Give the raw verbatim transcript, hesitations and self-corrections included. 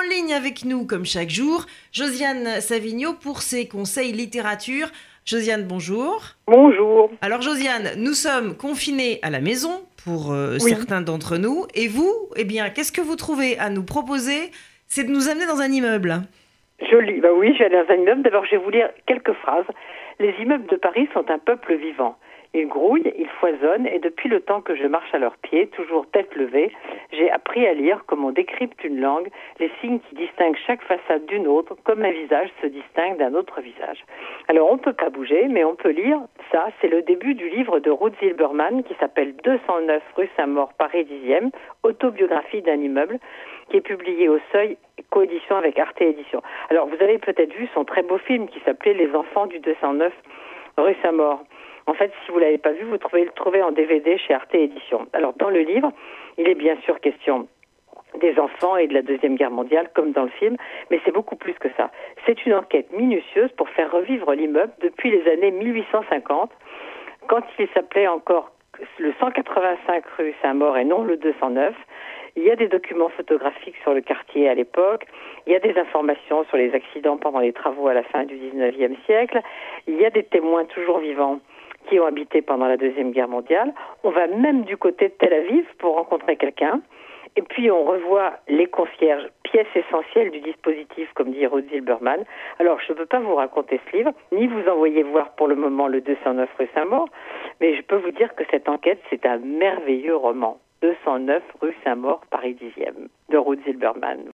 ligne avec nous, comme chaque jour, Josiane Savigno pour ses conseils littérature. Josiane, bonjour. Bonjour. Alors Josiane, nous sommes confinés à la maison pour euh, Oui. certains d'entre nous. Et vous, eh bien, qu'est-ce que vous trouvez à nous proposer? C'est de nous amener dans un immeuble. Joli. Bah oui, je vais aller dans un immeuble. D'abord, je vais vous lire quelques phrases. Les immeubles de Paris sont un peuple vivant. Ils grouillent, ils foisonnent, et depuis le temps que je marche à leurs pieds, toujours tête levée, j'ai appris à lire, comme on décrypte une langue, les signes qui distinguent chaque façade d'une autre, comme un visage se distingue d'un autre visage. Alors, on ne peut pas bouger, mais on peut lire. Ça, c'est le début du livre de Ruth Zilberman, qui s'appelle deux cent neuf rue Saint-Maur, Paris dixième, autobiographie d'un immeuble, qui est publié au Seuil, coédition avec Arte Édition. Alors, vous avez peut-être vu son très beau film qui s'appelait Les enfants du deux cent neuf rue Saint-Maur. En fait, si vous ne l'avez pas vu, vous pouvez le trouver en D V D chez Arte Édition. Alors, dans le livre, il est bien sûr question des enfants et de la Deuxième Guerre mondiale, comme dans le film, mais c'est beaucoup plus que ça. C'est une enquête minutieuse pour faire revivre l'immeuble depuis les années mille huit cent cinquante, quand il s'appelait encore le cent quatre-vingt-cinq rue Saint-Maur et non le deux cent neuf. Il y a des documents photographiques sur le quartier à l'époque, il y a des informations sur les accidents pendant les travaux à la fin du dix-neuvième siècle, il y a des témoins toujours vivants qui ont habité pendant la Deuxième Guerre mondiale. On va même du côté de Tel Aviv pour rencontrer quelqu'un. Et puis on revoit les concierges, pièces essentielles du dispositif, comme dit Ruth Zilberman. Alors je ne peux pas vous raconter ce livre, ni vous envoyer voir pour le moment le deux cent neuf rue Saint-Maur, mais je peux vous dire que cette enquête, c'est un merveilleux roman. deux cent neuf rue Saint-Maur, Paris dixième, de Ruth Zilberman.